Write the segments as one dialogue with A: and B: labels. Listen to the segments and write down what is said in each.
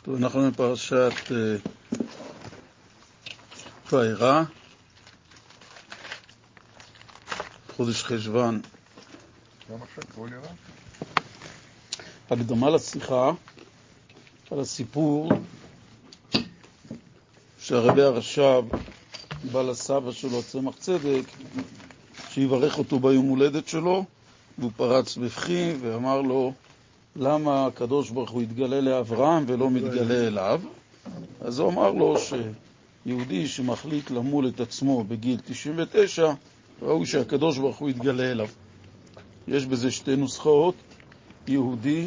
A: טוב, אנחנו בפרשת וארא, חודש חשוון. הקדמה לשיחה על הסיפור שהרבי הרש"ב בא לסבא שלו, צמח צדק, שיברך אותו ביום הולדת שלו, והוא פרץ בבכי ואמר לו, למה הקדוש ברוך הוא יתגלה לאברהם ולא מתגלה אליו? אז הוא אמר לו שיהודי שמחליט למול את עצמו בגיל 99, ראוי שהקדוש ברוך הוא יתגלה אליו. יש בזה שתי נוסחאות, יהודי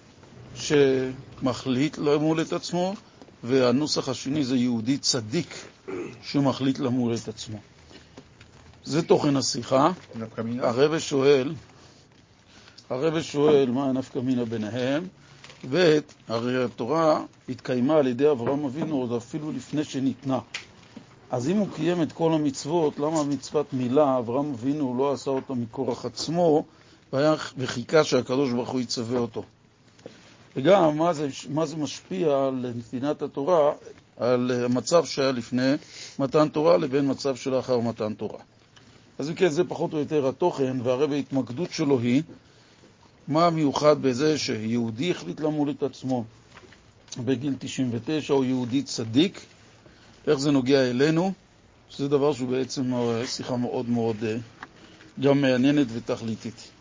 A: שמחליט למול את עצמו, והנוסח השני זה יהודי צדיק שמחליט למול את עצמו. זה תוכן השיחה. הרב שואל מה הנפקא מינה ביניהם, והרי התורה התקיימה על ידי אברהם אבינו עוד אפילו לפני שניתנה. אז אם הוא קיים את כל המצוות, למה מצוות מילה אברהם אבינו לא עשה אותה מכורח עצמו, וחיכה שהקדוש ברוך הוא יצווה אותו? וגם מה זה משפיע על נתינת התורה, על המצב שהיה לפני מתן תורה לבין מצב שלאחר מתן תורה. אז כן, זה פחות או יותר התוכן, והרב ההתמקדות שלו היא מה המיוחד בזה שיהודי החליט למול את עצמו בגיל 99, או יהודי צדיק, איך זה נוגע אלינו, שזה דבר שהוא בעצם שיחה מאוד מאוד גם מעניינת ותכליתית.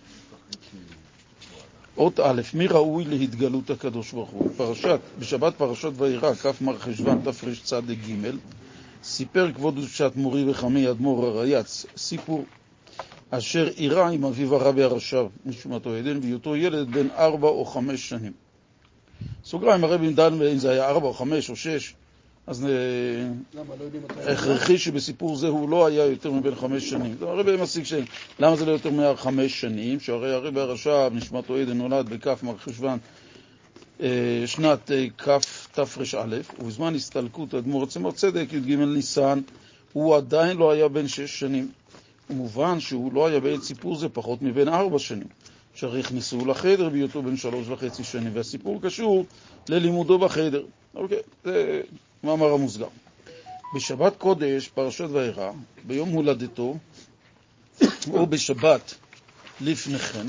A: אות א', מי ראוי להתגלות הקדוש ברוך הוא? בשבת פרשת וארא, כ' מר חשוון תרצ"ג, סיפר כבוד קדושת מורי וחמי אדמו"ר הריי"צ סיפור אשר אירע עם אביו הרבי הרש"ב נשמתו עדן, בהיותו ילד בן 4 או 5 שנים. סוגריים, הרבי דן אם זה היה 4 או 5 או 6, אז הכרחי שבסיפור זה הוא לא היה יותר מבין 5 שנים. הרבי מסיק למה זה לא יותר מ5 שנים, שהרי הרבי הרש"ב נשמתו עדן נולד בכ' מר חשוון שנת כתר"א, ובזמן הסתלקות אדמו"ר צמח צדק י"ג ניסן הוא עדיין לא היה בן 6 שנים. ומובן שהוא לא היה בעת סיפור זה פחות מבין 4 שנים, שהרי הכניסו לחדר בהיותו בן 3.5 שנים, והסיפור קשור ללימודו בחדר. אוקיי, זה מאמר המוסגר. בשבת קודש, פרשת וארא, ביום הולדתו, או בשבת לפני כן,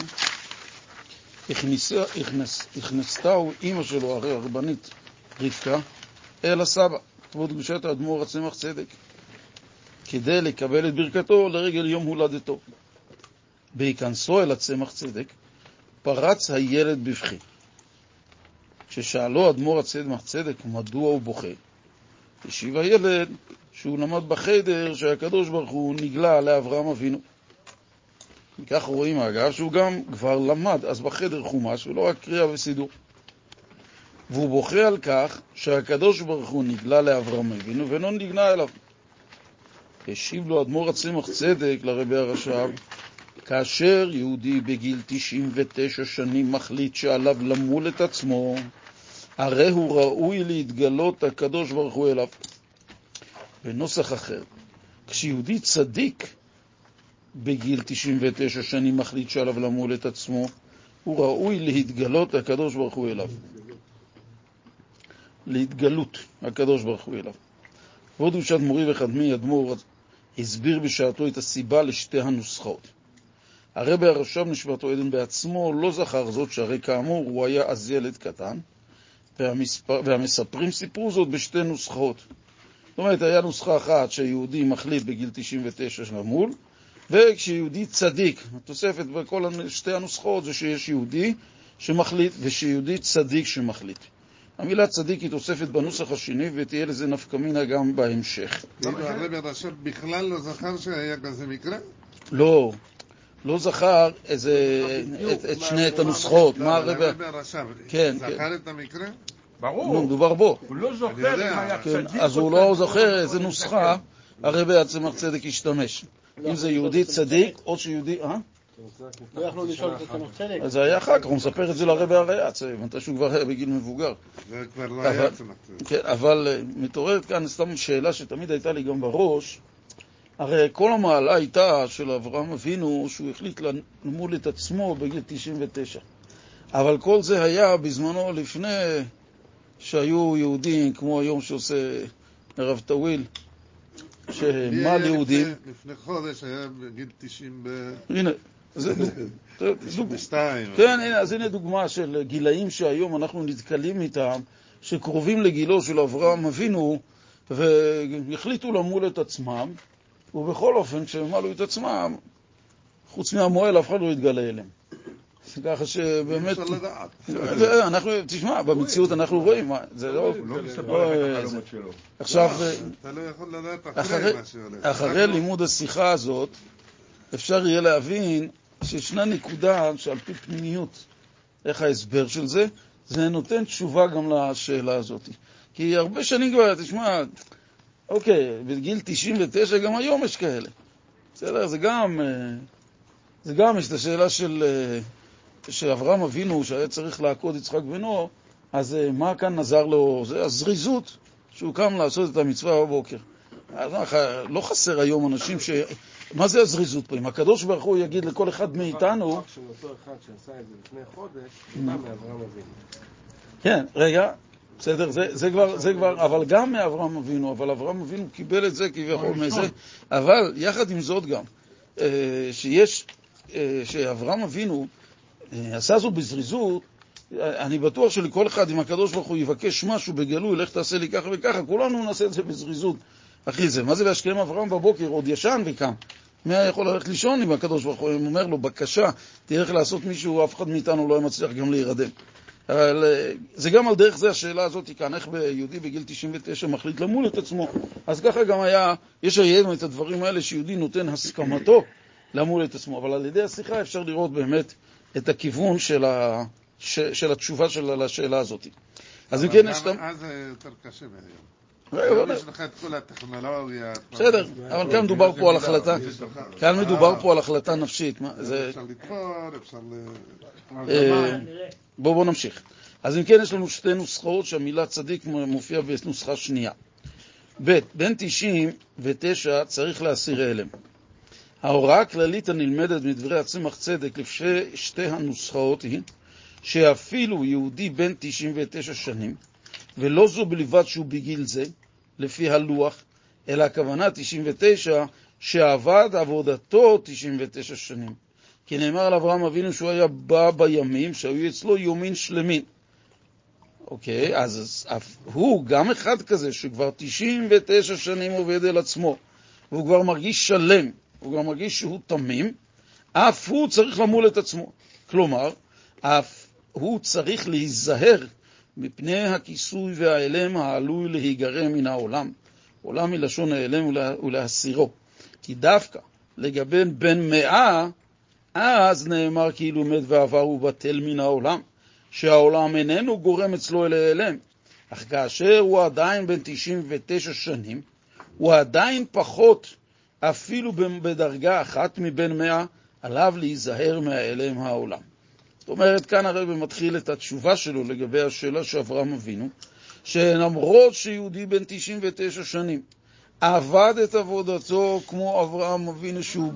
A: הכנסתה אמא שלו, הרי הרבנית רבקה, אל הסבא, כבוד קדושת האדמו"ר צמח צדק, כדי לקבל את ברכתו לרגל יום הולדתו. בהיכנסו אל הצמח צדק, פרץ הילד בבכי. כששאלו אדמו"ר צמח צדק מדוע הוא בוכה, השיב הילד שהוא למד בחדר שהקדוש ברוך הוא נגלה לאברהם אבינו. וכך רואים אגב שהוא גם כבר למד אז בחדר חומש ולא רק קריאה וסידור. והוא בוכה על כך שהקדוש ברוך הוא נגלה לאברהם אבינו ולא נגלה אליו. השיב לו אדמו"ר צמח צדק לרבי הרש"ב, כאשר יהודי בגיל 99 שנים מחליט שעליו למול את עצמו, הרי הוא ראוי להתגלות הקדוש ברוך הוא אליו. בנוסח אחר, כשיהודי צדיק בגיל 99 שנים מחליט שעליו למול את עצמו, הוא ראוי להתגלות הקדוש ברוך הוא אליו. להתגלות הקדוש ברוך הוא אליו. כבוד קדושת מורי וחמי אדמו"ר הסביר בשעתו את הסיבה לשתי הנוסחאות. הרבי הרש"ב נשמתו עדן בעצמו לא זכר זאת, שהרי כאמור הוא היה אז ילד קטן, והמספרים סיפרו זאת בשתי נוסחאות. זאת אומרת, היה נוסחה אחת שיהודי מחליט בגיל 99 למול, וכשיהודי צדיק, התוספת בכל שתי הנוסחאות זה שיש יהודי שמחליט ושיהודי צדיק שמחליט. המילה צדיק היא תוספת בנוסח השני, ותהיה לזה נפקא מינה גם בהמשך.
B: הרבי הרש"ב בכלל לא זכר שהיה כזה מקרה?
A: לא זכר את הנוסחאות.
B: מה הרבי הרש"ב זכר את המקרה?
C: ברור.
A: מדובר בו.
C: הוא לא זוכר אם היה צדיק.
A: אז הוא לא זוכר איזה נוסחה הרבי צמח צדק השתמש. אם זה יהודי צדיק או שיהודי...
D: לא יכלו לשאול את הצמח צדק.
A: אז זה היה אחר כך, הוא מספר את זה לרבי הריי"צ, מתי שהוא כבר היה בגיל מבוגר.
B: זה כבר לא היה צמח צדק.
A: כן, אבל מתעוררת כאן סתם שאלה שתמיד הייתה לי גם בראש. הרי כל המעלה הייתה של אברהם אבינו שהוא החליט למול את עצמו בגיל 99. אבל כל זה היה בזמנו לפני שהיו יהודים, כמו היום שעושה הרב טוויל, שמל יהודים.
B: לפני חודש היה בגיל 90
A: הנה, זה
B: 92.
A: כן, הנה, אז הנה דוגמה של גילאים שהיום אנחנו נתקלים איתם, שקרובים לגילו של אברהם אבינו, והחליטו למול את עצמם, ובכל אופן, כשהם מלו את עצמם, חוץ מהמועל, אף אחד לא יתגלה אליהם. ככה שבאמת... אנחנו, תשמע, במציאות אנחנו רואים, זה לא...
C: הוא לא מסתבר את החלומות שלו.
A: עכשיו,
B: אתה לא יכול לדעת אחרי מה שהולך.
A: אחרי לימוד השיחה הזאת, אפשר יהיה להבין שישנה נקודה שעל פי פנימיות, איך ההסבר של זה, זה נותן תשובה גם לשאלה הזאת. כי הרבה שנים כבר, תשמע, אוקיי, בגיל 99 גם היום יש כאלה. בסדר, זה גם יש את השאלה של אברהם אבינו, שהיה צריך לעקוד יצחק בנו, אז מה כאן נזר לו? זה הזריזות שהוא קם לעשות את המצווה בבוקר. אז לא חסר היום אנשים מה זה הזריזות פה? אם הקדוש ברוך הוא יגיד לכל אחד מאיתנו...
D: רק של אותו אחד שעשה את זה לפני חודש, זה בא מאברהם אבינו.
A: כן, רגע, בסדר, זה כבר, אבל גם מאברהם אבינו, אבל אברהם אבינו קיבל את זה כביכול מזה, אבל יחד עם זאת גם, שאברהם אבינו עשה זאת בזריזות, אני בטוח שלכל אחד, אם הקדוש ברוך הוא יבקש משהו בגלוי, לך תעשה לי ככה וככה, כולנו נעשה את זה בזריזות. אחי זה, מה זה והשכם אברהם בבוקר, עוד ישן וקם? מי יכול ללכת לישון אם הקדוש ברוך הוא אומר לו, בקשה, תלך לעשות מישהו, אף אחד מאיתנו לא מצליח גם להירדם. אבל זה גם על דרך זה השאלה הזאת כאן, איך ביהודי בגיל 99 מחליט למול את עצמו. אז ככה גם יש היום את הדברים האלה שיהודי נותן הסכמתו למול את עצמו, אבל על ידי השיחה אפשר לראות באמת את הכיוון של התשובה של השאלה הזאת. אז אם כן יש...
B: אז זה יותר קשה מהיום. יש לך את כל הטכנולוגיה. בסדר,
A: אבל כאן מדובר פה על החלטה. כאן מדובר פה על החלטה נפשית.
B: אפשר לתפור, אפשר...
A: בואו נמשיך. אז אם כן יש לנו שתי נוסחאות שהמילה צדיק מופיעה בנוסחה שנייה. ב' בין 99 צריך להסיר הלם. ההוראה הכללית הנלמדת מדברי הצמח צדק לפי שתי הנוסחאות היא שאפילו יהודי בין 99 שנים, ולא זו בלבד שהוא בגיל זה, לפי הלוח, אלא הכוונה 99 שעבד עבודתו 99 שנים. כי נאמר על אברהם אבינו שהוא היה בא בימים שהיו אצלו יומין שלמים. אוקיי, אז הוא גם אחד כזה שכבר 99 שנים עובד על עצמו, והוא כבר מרגיש שלם, הוא כבר מרגיש שהוא תמים, אף הוא צריך למול את עצמו. כלומר, אף הוא צריך להיזהר מפני הכיסוי והאלם העלוי להיגרם מן העולם. עולם מלשון האלם ולהסירו. כי דווקא לגבי בן 100, אז נאמר כאילו מת ועבר ובטל מן העולם, שהעולם איננו גורם אצלו אל האלם. אך כאשר הוא עדיין בן 99 שנים, הוא עדיין פחות, אפילו בדרגה אחת מבין 100, עליו להיזהר מהאלם העולם. זאת אומרת, כאן הרב מתחיל את התשובה שלו לגבי השאלה שאברהם אבינו, שלמרות שיהודי בן 99 שנים, עבד את עבודתו כמו אברהם אבינו שהוא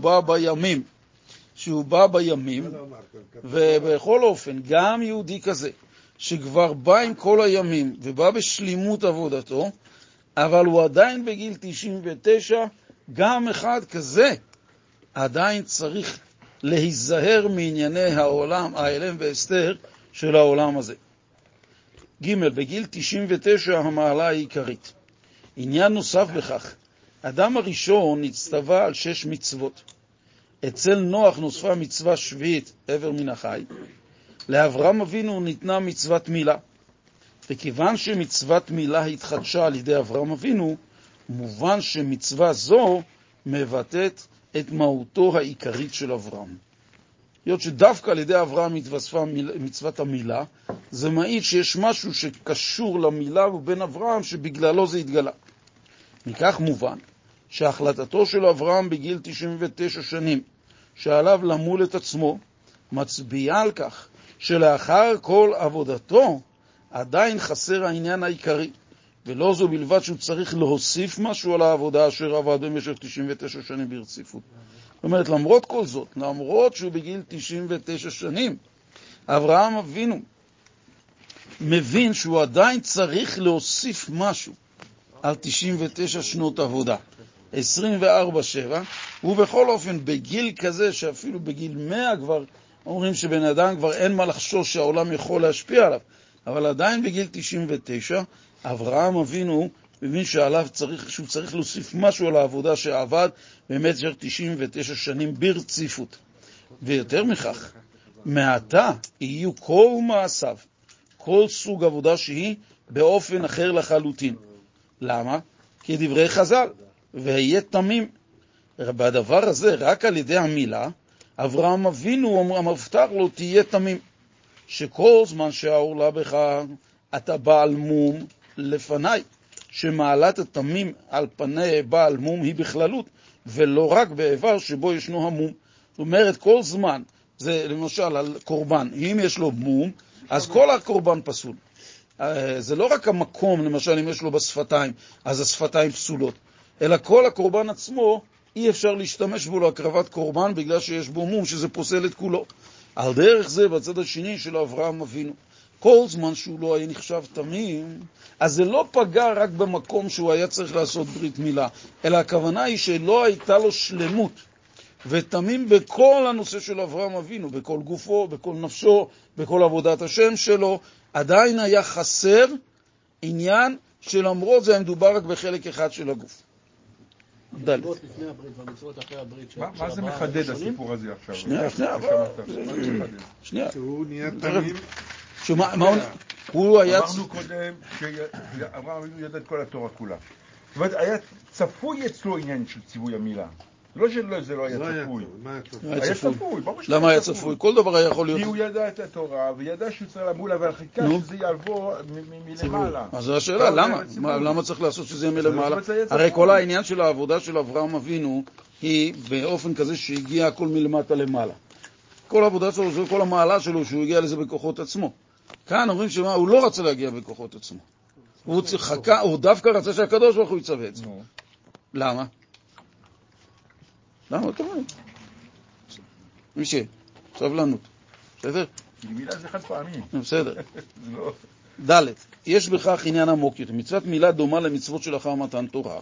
A: בא בימים, ובכל אופן, גם יהודי כזה, שכבר בא עם כל הימים ובא בשלימות עבודתו, אבל הוא עדיין בגיל 99, גם אחד כזה עדיין צריך להיזהר מענייני העולם, האלם והסתר של העולם הזה. ג' בגיל 99 המעלה העיקרית. עניין נוסף בכך, אדם הראשון נצטווה על 6 מצוות. אצל נוח נוספה מצווה שביעית, עבר מן החי. לאברהם אבינו ניתנה מצוות מילה. וכיוון שמצוות מילה התחדשה על ידי אברהם אבינו, מובן שמצווה זו מבטאת את מהותו העיקרית של אברהם. היות שדווקא על ידי אברהם התווספה מצוות המילה, זה מעיד שיש משהו שקשור למילה ובין אברהם שבגללו זה התגלה. מכך מובן שהחלטתו של אברהם בגיל 99 שנים, שעליו למול את עצמו, מצביעה על כך שלאחר כל עבודתו עדיין חסר העניין העיקרי, ולא זו בלבד שהוא צריך להוסיף משהו על העבודה אשר עבד במשך 99 שנים ברציפות. זאת אומרת, למרות כל זאת, למרות שהוא בגיל 99 שנים, אברהם אבינו מבין שהוא עדיין צריך להוסיף משהו על 99 שנות עבודה. 24/7, ובכל אופן בגיל כזה, שאפילו בגיל 100 כבר אומרים שבן אדם כבר אין מה לחשוש שהעולם יכול להשפיע עליו, אבל עדיין בגיל 99, אברהם אבינו מבין שהוא צריך להוסיף משהו על העבודה שעבד במשך 99 שנים ברציפות. ויותר מכך, מעתה יהיו כל מעשיו, כל סוג עבודה שהיא באופן אחר לחלוטין. למה? כי דברי חז"ל, והיה תמים. בדבר הזה, רק על ידי המילה, אברהם אבינו המבטח לו תהיה תמים. שכל זמן שהעורלה בך, אתה בעל מום לפניי, שמעלת התמים על פני בעל מום היא בכללות, ולא רק בעבר שבו ישנו המום. זאת אומרת, כל זמן, זה למשל על קורבן, אם יש לו מום, אז כל הקורבן פסול. זה לא רק המקום, למשל אם יש לו בשפתיים, אז השפתיים פסולות, אלא כל הקורבן עצמו, אי אפשר להשתמש בו להקרבת קורבן בגלל שיש בו מום, שזה פוסל את כולו. על דרך זה, בצד השני של אברהם אבינו, כל זמן שהוא לא היה נחשב תמים, אז זה לא פגע רק במקום שהוא היה צריך לעשות ברית מילה, אלא הכוונה היא שלא הייתה לו שלמות, ותמים בכל הנושא של אברהם אבינו, בכל גופו, בכל נפשו, בכל עבודת השם שלו, עדיין היה חסר עניין שלמרות זה מדובר רק בחלק אחד של הגוף.
D: המצוות לפני הברית והמצוות אחרי הברית.
C: מה זה מחדד הסיפור הזה עכשיו?
A: שנייה.
B: שהוא נהיה תמים.
A: הוא היה...
C: אמרנו קודם שאברהם אבינו ידע את כל התורה כולה. זאת אומרת, היה צפוי אצלו עניין של ציווי המילה. לא שזה לא היה צפוי. היה צפוי.
A: למה היה צפוי? כל דבר היה יכול להיות...
C: כי הוא ידע את התורה, וידע שהוא צריך למול, אבל חיכה שזה יבוא מלמעלה.
A: אז זו השאלה, למה? למה צריך לעשות שזה יהיה מלמעלה? הרי כל העניין של העבודה של אברהם אבינו היא באופן כזה שהגיע הכל מלמטה למעלה. כל העבודה שלו, זה כל המעלה שלו, שהוא הגיע לזה בכוחות עצמו. כאן אומרים שהוא לא רצה להגיע בכוחות עצמו. הוא דווקא רצה שהקדוש ברוך הוא יצווה את זה. למה? למה? אתה רואה? מישהו, סבלנות. בסדר?
C: כי מילה זה חד פעמים.
A: בסדר. ד' יש בכך עניין עמוק יותר. מצוות מילה דומה למצוות של אחר מתן תורה.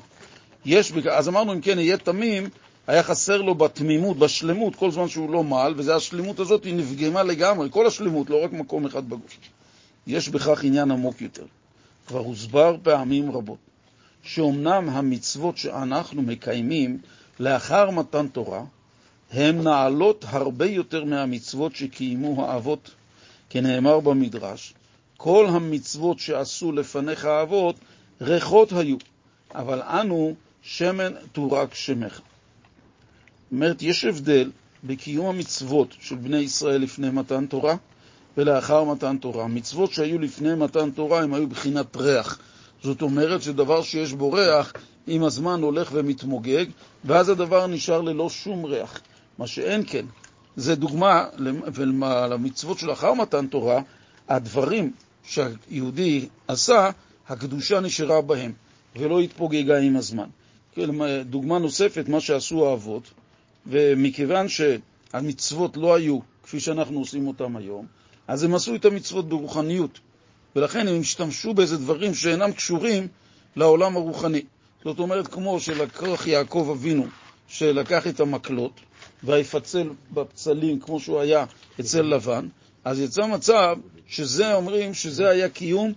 A: אז אמרנו, אם כן, יהיה תמים, היה חסר לו בתמימות, בשלמות, כל זמן שהוא לא מעל, וזה השלמות הזאת היא נפגמה לגמרי, כל השלמות, לא רק מקום אחד בגוף. יש בכך עניין עמוק יותר. כבר הוסבר פעמים רבות, שאומנם המצוות שאנחנו מקיימים לאחר מתן תורה, הן נעלות הרבה יותר מהמצוות שקיימו האבות, כנאמר במדרש, כל המצוות שעשו לפניך האבות, ריחות היו, אבל אנו שמן תורק שמך. זאת אומרת, יש הבדל בקיום המצוות של בני ישראל לפני מתן תורה, ולאחר מתן תורה. מצוות שהיו לפני מתן תורה הם היו בחינת ריח. זאת אומרת שדבר שיש בו ריח, עם הזמן הולך ומתמוגג, ואז הדבר נשאר ללא שום ריח. מה שאין כן, זה דוגמה למצוות של אחר מתן תורה, הדברים שהיהודי עשה, הקדושה נשארה בהם, ולא התפוגגה עם הזמן. דוגמה נוספת, מה שעשו האבות, ומכיוון שהמצוות לא היו כפי שאנחנו עושים אותם היום, אז הם עשו את המצוות ברוחניות, ולכן הם השתמשו באיזה דברים שאינם קשורים לעולם הרוחני. זאת אומרת, כמו שלקח יעקב אבינו, שלקח את המקלות, והיפצל בפצלים כמו שהוא היה אצל לבן, אז יצא מצב שזה אומרים שזה היה קיום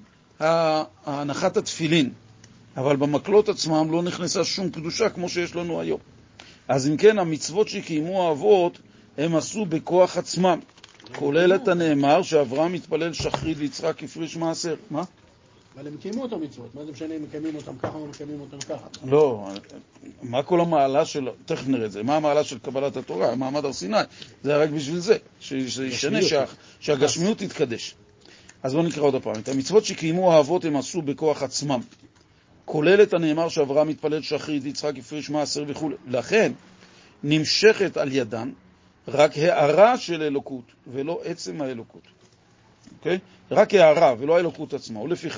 A: הנחת התפילין, אבל במקלות עצמם לא נכנסה שום קדושה כמו שיש לנו היום. אז אם כן, המצוות שקיימו האבות, הם עשו בכוח עצמם, כולל את הנאמר שאברהם התפלל שחרית ויצחק הפריש מעשר. מה?
D: אבל הם קיימו אותם מצוות, מה זה משנה אם מקיימים אותם ככה או מקיימים אותם ככה?
A: לא, מה כל המעלה של, תכף נראה את זה, מה המעלה של קבלת התורה, מעמד הר סיני, זה רק בשביל זה, שישנה שהגשמיות תתקדש. אז בואו נקרא עוד הפעם, את המצוות שקיימו האבות הם עשו בכוח עצמם, כולל את הנאמר שאברהם התפלל שחרית ויצחק הפריש מעשר וכו'. לכן נמשכת על ידן רק הערה של אלוקות ולא עצם האלוקות. אוקיי? רק הערה ולא האלוקות עצמה.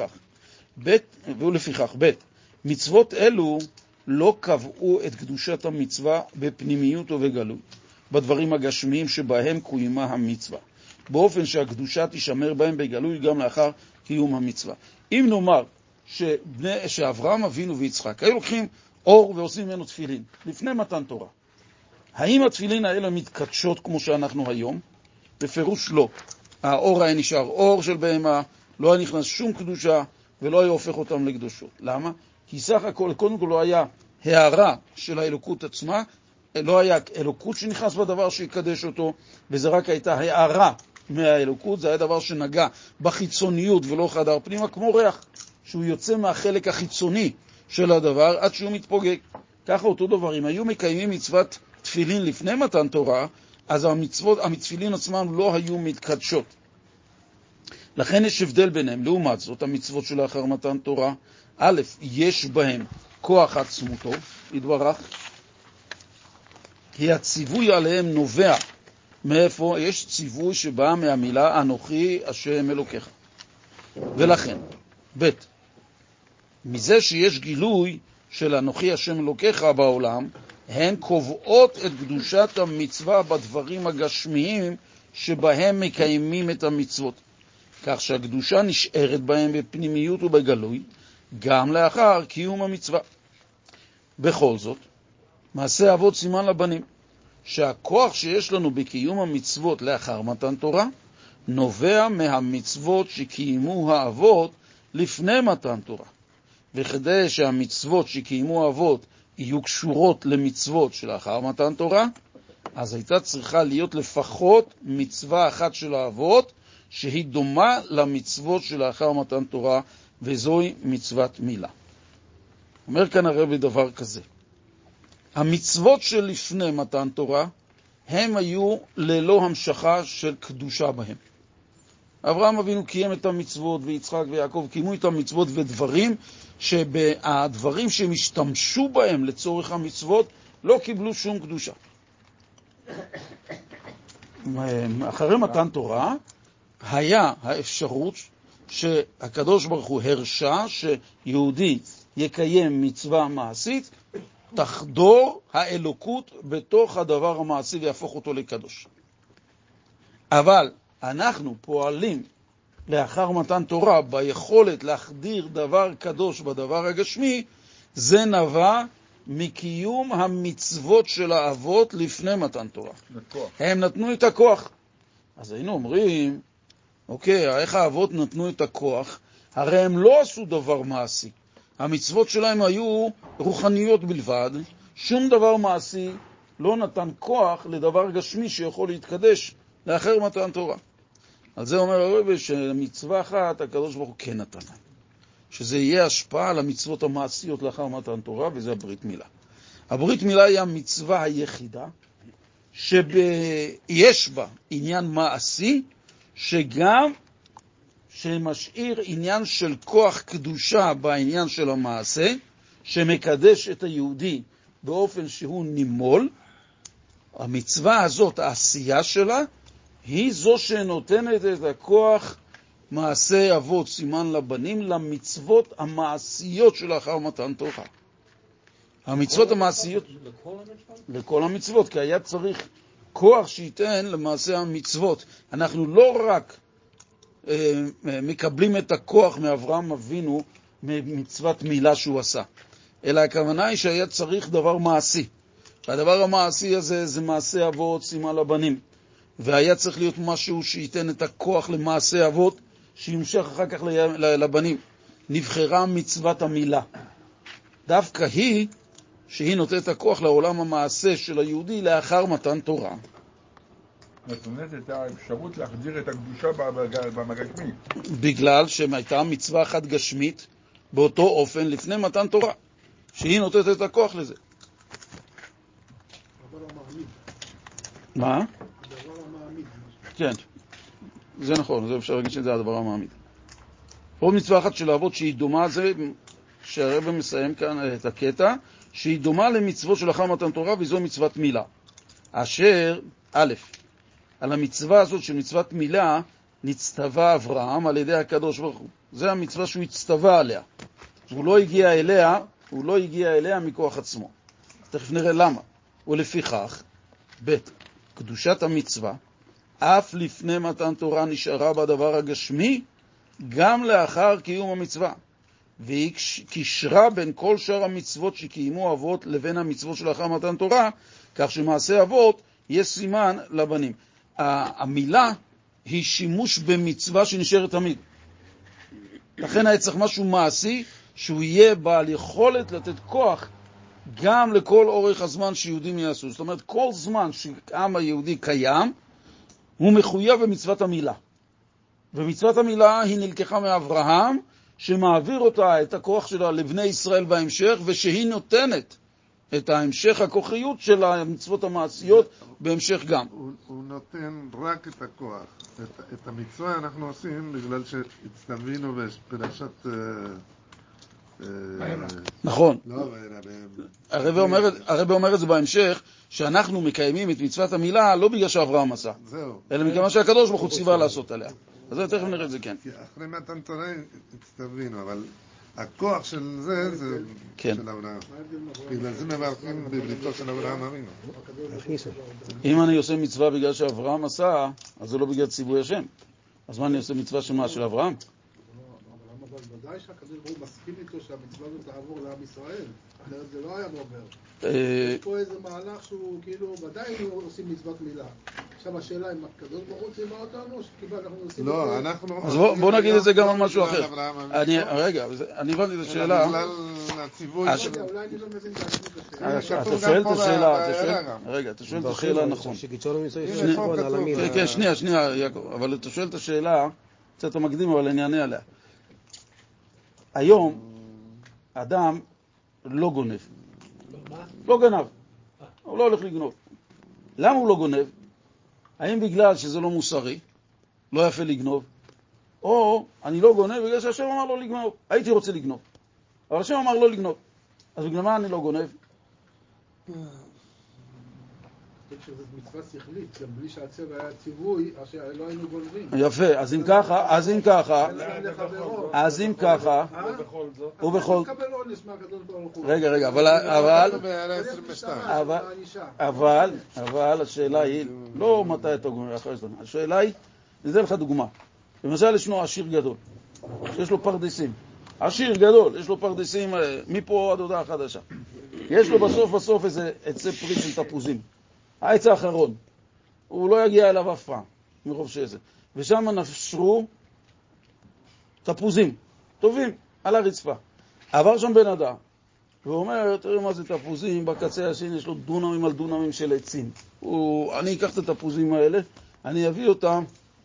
A: ולפיכך, ב' מצוות אלו לא קבעו את קדושת המצווה בפנימיות ובגלוי, בדברים הגשמיים שבהם קוימה המצווה, באופן שהקדושה תישמר בהם בגלוי גם לאחר קיום המצווה. אם נאמר שאברהם אבינו ויצחק היו לוקחים אור ועושים ממנו תפילין לפני מתן תורה, האם התפילין האלה מתקדשות כמו שאנחנו היום? בפירוש לא. האור היה נשאר אור של בהמה, לא היה נכנס שום קדושה ולא היה הופך אותם לקדושות. למה? כי סך הכל, קודם כל לא היה הערה של האלוקות עצמה, לא היה אלוקות שנכנס בדבר שיקדש אותו, וזה רק הייתה הערה מהאלוקות, זה היה דבר שנגע בחיצוניות ולא חדר פנימה, כמו ריח, שהוא יוצא מהחלק החיצוני של הדבר עד שהוא מתפוגג. ככה אותו דבר, אם היו מקיימים מצוות תפילין לפני מתן תורה, אז המצפילין עצמם לא היו מתקדשות. לכן יש הבדל ביניהם. לעומת זאת, המצוות שלאחר מתן תורה, א', יש בהם כוח עצמותו, יתברך, כי הציווי עליהם נובע מאיפה? יש ציווי שבא מהמילה אנוכי השם אלוקיך. ולכן, ב', מזה שיש גילוי של אנוכי השם אלוקיך בעולם, הן קובעות את קדושת המצווה בדברים הגשמיים שבהם מקיימים את המצוות, כך שהקדושה נשארת בהם בפנימיות ובגלוי, גם לאחר קיום המצווה. בכל זאת, מעשה אבות סימן לבנים, שהכוח שיש לנו בקיום המצוות לאחר מתן תורה, נובע מהמצוות שקיימו האבות לפני מתן תורה. וכדי שהמצוות שקיימו האבות יהיו קשורות למצוות שלאחר מתן תורה, אז הייתה צריכה להיות לפחות מצווה אחת של האבות, שהיא דומה למצוות שלאחר מתן תורה, וזוהי מצוות מילה. אומר כאן הרב דבר כזה, המצוות שלפני מתן תורה, הם היו ללא המשכה של קדושה בהם. אברהם אבינו קיים את המצוות, ויצחק ויעקב קיימו את המצוות ודברים, שהדברים שהם השתמשו בהם לצורך המצוות, לא קיבלו שום קדושה. אחרי מתן תורה, היה האפשרות שהקדוש ברוך הוא הרשה שיהודי יקיים מצווה מעשית, תחדור האלוקות בתוך הדבר המעשי ויהפוך אותו לקדוש. אבל אנחנו פועלים לאחר מתן תורה ביכולת להחדיר דבר קדוש בדבר הגשמי, זה נבע מקיום המצוות של האבות לפני מתן תורה. הם נתנו את הכוח. אז היינו אומרים, אוקיי, איך האבות נתנו את הכוח? הרי הם לא עשו דבר מעשי. המצוות שלהם היו רוחניות בלבד, שום דבר מעשי לא נתן כוח לדבר גשמי שיכול להתקדש לאחר מתן תורה. על זה אומר הרב שמצווה אחת הקדוש ברוך הוא כן נתן, שזה יהיה השפעה על המצוות המעשיות לאחר מתן תורה, וזה הברית מילה. הברית מילה היא המצווה היחידה שיש בה עניין מעשי, שגם שמשאיר עניין של כוח קדושה בעניין של המעשה, שמקדש את היהודי באופן שהוא נימול. המצווה הזאת, העשייה שלה, היא זו שנותנת את הכוח מעשה אבות סימן לבנים למצוות המעשיות שלאחר מתן תורה. המצוות המעשיות לכל המצוות, כי היה צריך כוח שייתן למעשה המצוות. אנחנו לא רק מקבלים את הכוח מאברהם אבינו ממצוות מילה שהוא עשה, אלא הכוונה היא שהיה צריך דבר מעשי. והדבר המעשי הזה זה מעשה אבות סימן לבנים. והיה צריך להיות משהו שייתן את הכוח למעשה אבות, שימשך אחר כך לבנים. נבחרה מצוות המילה. דווקא היא, שהיא נותנת את הכוח לעולם המעשה של היהודי לאחר מתן תורה.
C: נתונת את האפשרות להחדיר את הקדושה במגשמי.
A: בגלל שהייתה מצווה אחת גשמית באותו אופן לפני מתן תורה, שהיא נותנת את הכוח לזה. מה? כן, זה נכון, זה אפשר להגיד שזה הדבר המעמיד. עוד מצווה אחת של האבות שהיא דומה, זה שהרב מסיים כאן את הקטע, שהיא דומה למצוות של אחר מתן תורה, וזו מצוות מילה. אשר, א', על המצווה הזאת של מצוות מילה, נצטווה אברהם על ידי הקדוש ברוך הוא. זה המצווה שהוא הצטווה עליה. הוא לא הגיע אליה מכוח עצמו. תכף נראה למה. ולפיכך, ב', קדושת המצווה, אף לפני מתן תורה נשארה בדבר הגשמי, גם לאחר קיום המצווה, והיא קישרה בין כל שאר המצוות שקיימו אבות לבין המצוות שלאחר מתן תורה, כך שמעשה אבות יש סימן לבנים. המילה היא שימוש במצווה שנשארת תמיד. לכן היה צריך משהו מעשי, שהוא יהיה בעל יכולת לתת כוח גם לכל אורך הזמן שיהודים יעשו. זאת אומרת, כל זמן שהעם היהודי קיים, הוא מחויב במצוות המילה. ומצוות המילה היא נלקחה מאברהם, שמעביר אותה, את הכוח שלה לבני ישראל בהמשך, ושהיא נותנת את ההמשך הכוחיות של המצוות המעשיות בהמשך גם.
B: הוא נותן רק את הכוח. את המצווה אנחנו עושים בגלל שהצטווינו בפרשת...
A: נכון. הרב אומר את זה בהמשך, שאנחנו מקיימים את מצוות המילה לא בגלל שאברהם עשה, אלא מכיוון שהקדוש ברוך הוא ציווה לעשות עליה. אז תכף נראה את זה, כן.
B: אחרי מתן תורה הצטווינו, אבל הכוח של זה של אברהם. בגלל זה מברכים בבריתו של אברהם אבינו.
A: אם אני עושה מצווה בגלל שאברהם עשה, אז זה לא בגלל ציווי השם. אז מה אני עושה מצווה של אברהם?
E: אבל ודאי שהקדוש ברוך הוא מסכים איתו שהמצווה הזאת תעבור לעם ישראל, אחרת זה לא היה עובר. יש פה איזה מהלך שהוא כאילו, ודאי עושים מצוות מילה. עכשיו השאלה אם הקדוש ברוך הוא ציווה אותנו, שקיבל אנחנו עושים...
B: לא, אנחנו...
A: אז בוא נגיד את זה גם על משהו אחר. רגע, אני הבנתי את השאלה.
B: בגלל הציווי...
E: אולי אני לא מבין
A: אתה שואל את השאלה, רגע, אתה שואל את השאלה נכון. כן, שנייה, יעקב, אבל אתה שואל את השאלה, קצת מקדים, אבל אני אענה עליה. היום אדם לא גונב. לא גנב. הוא לא הולך לגנוב. למה הוא לא גונב? האם בגלל שזה לא מוסרי, לא יפה לגנוב, או אני לא גונב בגלל שהשם אמר לא לגנוב. הייתי רוצה לגנוב, אבל השם אמר לא לגנוב. אז בגלל מה אני לא גונב?
E: שזו מצווה שכלית, גם בלי שהצבע היה ציווי, לא היינו גונבים.
A: יפה, אז אם ככה, ובכל... רגע, אבל השאלה היא, לא מתי אתה גונב, השאלה היא, נזל לך דוגמה. למשל ישנו עשיר גדול, שיש לו פרדסים. עשיר גדול, יש לו פרדסים מפה עד הודעה חדשה. יש לו בסוף איזה עצי פרי של תפוזים. העץ האחרון, הוא לא יגיע אליו אף פעם, מרוב שזה. ושם נפשרו תפוזים, טובים, על הרצפה. עבר שם בן אדם, והוא אומר, תראו מה זה תפוזים, בקצה השני יש לו דונמים על דונמים של עצים. אני אקח את התפוזים האלה, אני אביא אותם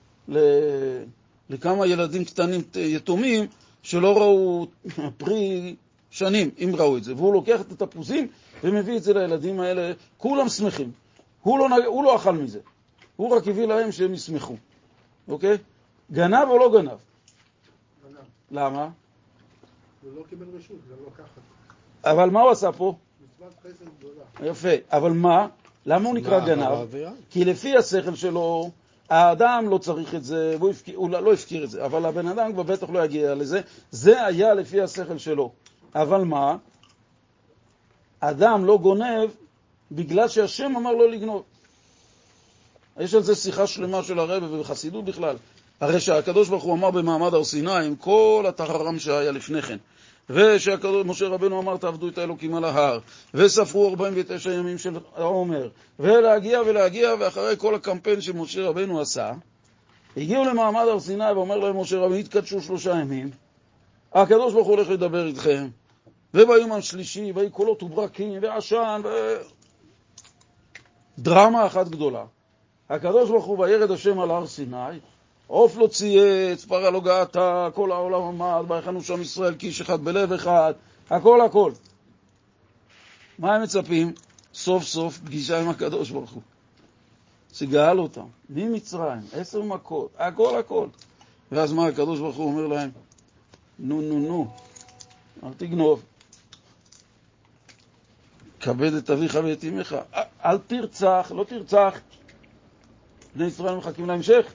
A: לכמה ילדים קטנים יתומים, שלא ראו פרי שנים, אם ראו את זה. והוא לוקח את התפוזים ומביא את זה לילדים האלה, כולם שמחים. הוא לא אכל מזה. הוא רק הביא להם שהם ישמחו. אוקיי? גנב או לא גנב?
E: גנב.
A: למה?
E: הוא לא קיבל רשות, זה לא ככה.
A: אבל מה הוא עשה פה?
E: מצוות חסד גדולה.
A: יפה. אבל מה? למה הוא נקרא גנב? כי לפי השכל שלו, האדם לא צריך את זה, הוא לא הפקיר את זה. אבל הבן אדם כבר בטח לא יגיע לזה. זה היה לפי השכל שלו. אבל מה? אדם לא גונב בגלל שהשם אמר לו לגנוב. יש על זה שיחה שלמה של הרב ובחסידות בכלל. הרי שהקדוש ברוך הוא אמר במעמד הר סיני עם כל הטהרם שהיה לפני כן. ושמשה רבנו אמר תעבדו את האלוקים על ההר. וספרו 49 ימים של העומר. ולהגיע, ואחרי כל הקמפיין שמשה רבנו עשה, הגיעו למעמד הר סיני ואומר להם משה רבנו, התקדשו 3 ימים. הקדוש ברוך הוא הולך לדבר איתכם. וביום השלישי, ויהי קולות וברקים ועשן דרמה אחת גדולה. הקדוש ברוך הוא וירד השם על הר סיני, עוף לא צייץ, פרה לא געתה, כל העולם עמד, ויחנו שם ישראל כאיש אחד בלב אחד, הכל. מה הם מצפים? סוף סוף פגישה עם הקדוש ברוך הוא. שגאל אותם, ממצרים, 10 מכות, הכל. ואז מה הקדוש ברוך הוא אומר להם? נו, אל תגנוב. כבד את אביך ואת אמך. אל תרצח, לא תרצח. בני ישראל מחכים להמשך.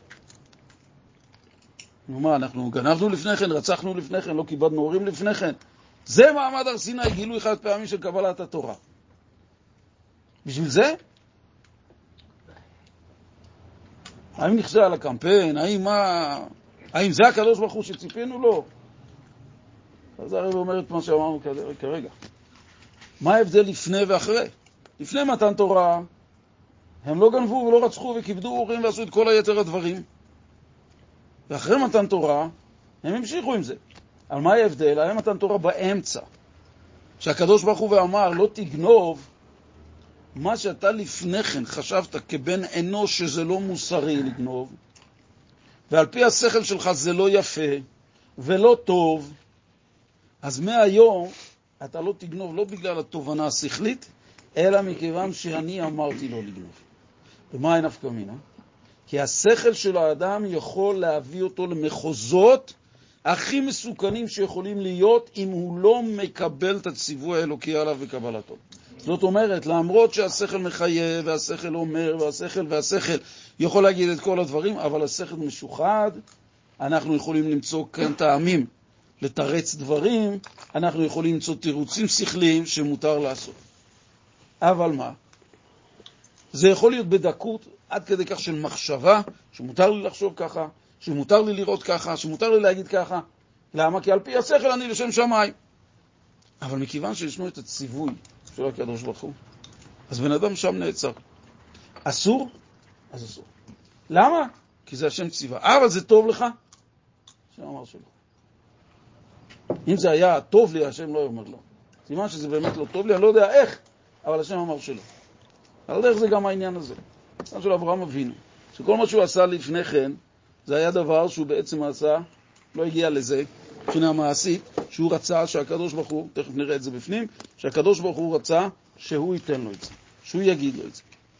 A: נו מה, אנחנו גנבנו לפני כן, רצחנו לפני כן, לא כיבדנו הורים לפני כן. זה מעמד הר סיני, גילוי חד פעמי של קבלת התורה. בשביל זה? האם נכשל הקמפיין? האם מה... האם זה הקדוש ברוך הוא שציפינו? לא. אז הרב אומר את מה שאמרנו כרגע. מה ההבדל לפני ואחרי? לפני מתן תורה, הם לא גנבו ולא רצחו וכיבדו אורים ועשו את כל היתר הדברים. ואחרי מתן תורה, הם המשיכו עם זה. על מה ההבדל? היה מתן תורה באמצע. שהקדוש ברוך הוא ואמר, לא תגנוב, מה שאתה לפני כן חשבת כבן אנוש שזה לא מוסרי לגנוב, ועל פי השכל שלך זה לא יפה ולא טוב, אז מהיום אתה לא תגנוב לא בגלל התובנה השכלית, אלא מכיוון שאני אמרתי לא לגנוב. ומה אין נפקא מינה? כי השכל של האדם יכול להביא אותו למחוזות הכי מסוכנים שיכולים להיות אם הוא לא מקבל את הציווי האלוקי עליו וקבלתו. זאת אומרת, למרות שהשכל מחייב והשכל אומר והשכל יכול להגיד את כל הדברים, אבל השכל משוחד, אנחנו יכולים למצוא כאן טעמים לתרץ דברים, אנחנו יכולים למצוא תירוצים שכליים שמותר לעשות. אבל מה? זה יכול להיות בדקות עד כדי כך של מחשבה, שמותר לי לחשוב ככה, שמותר לי לראות ככה, שמותר לי להגיד ככה. למה? כי על פי השכל אני לשם שמיים. אבל מכיוון שישנו את הציווי של הקדוש ברוך הוא, אז בן אדם שם נעצר. אסור? אז אסור. למה? כי זה השם ציווה. אבל זה טוב לך? השם אמר שלא. אם זה היה טוב לי, השם לא אומר לא. סימן שזה באמת לא טוב לי, אני לא יודע איך, אבל השם אמר שלא. על דרך זה גם העניין הזה. העניין של אברהם אבינו. שכל מה שהוא עשה לפני כן, זה היה דבר שהוא בעצם עשה, לא הגיע לזה, מבחינה מעשית, שהוא רצה שהקדוש ברוך הוא, תכף נראה את זה בפנים, שהקדוש ברוך הוא רצה שהוא ייתן לו את זה, שהוא יגיד לו את זה.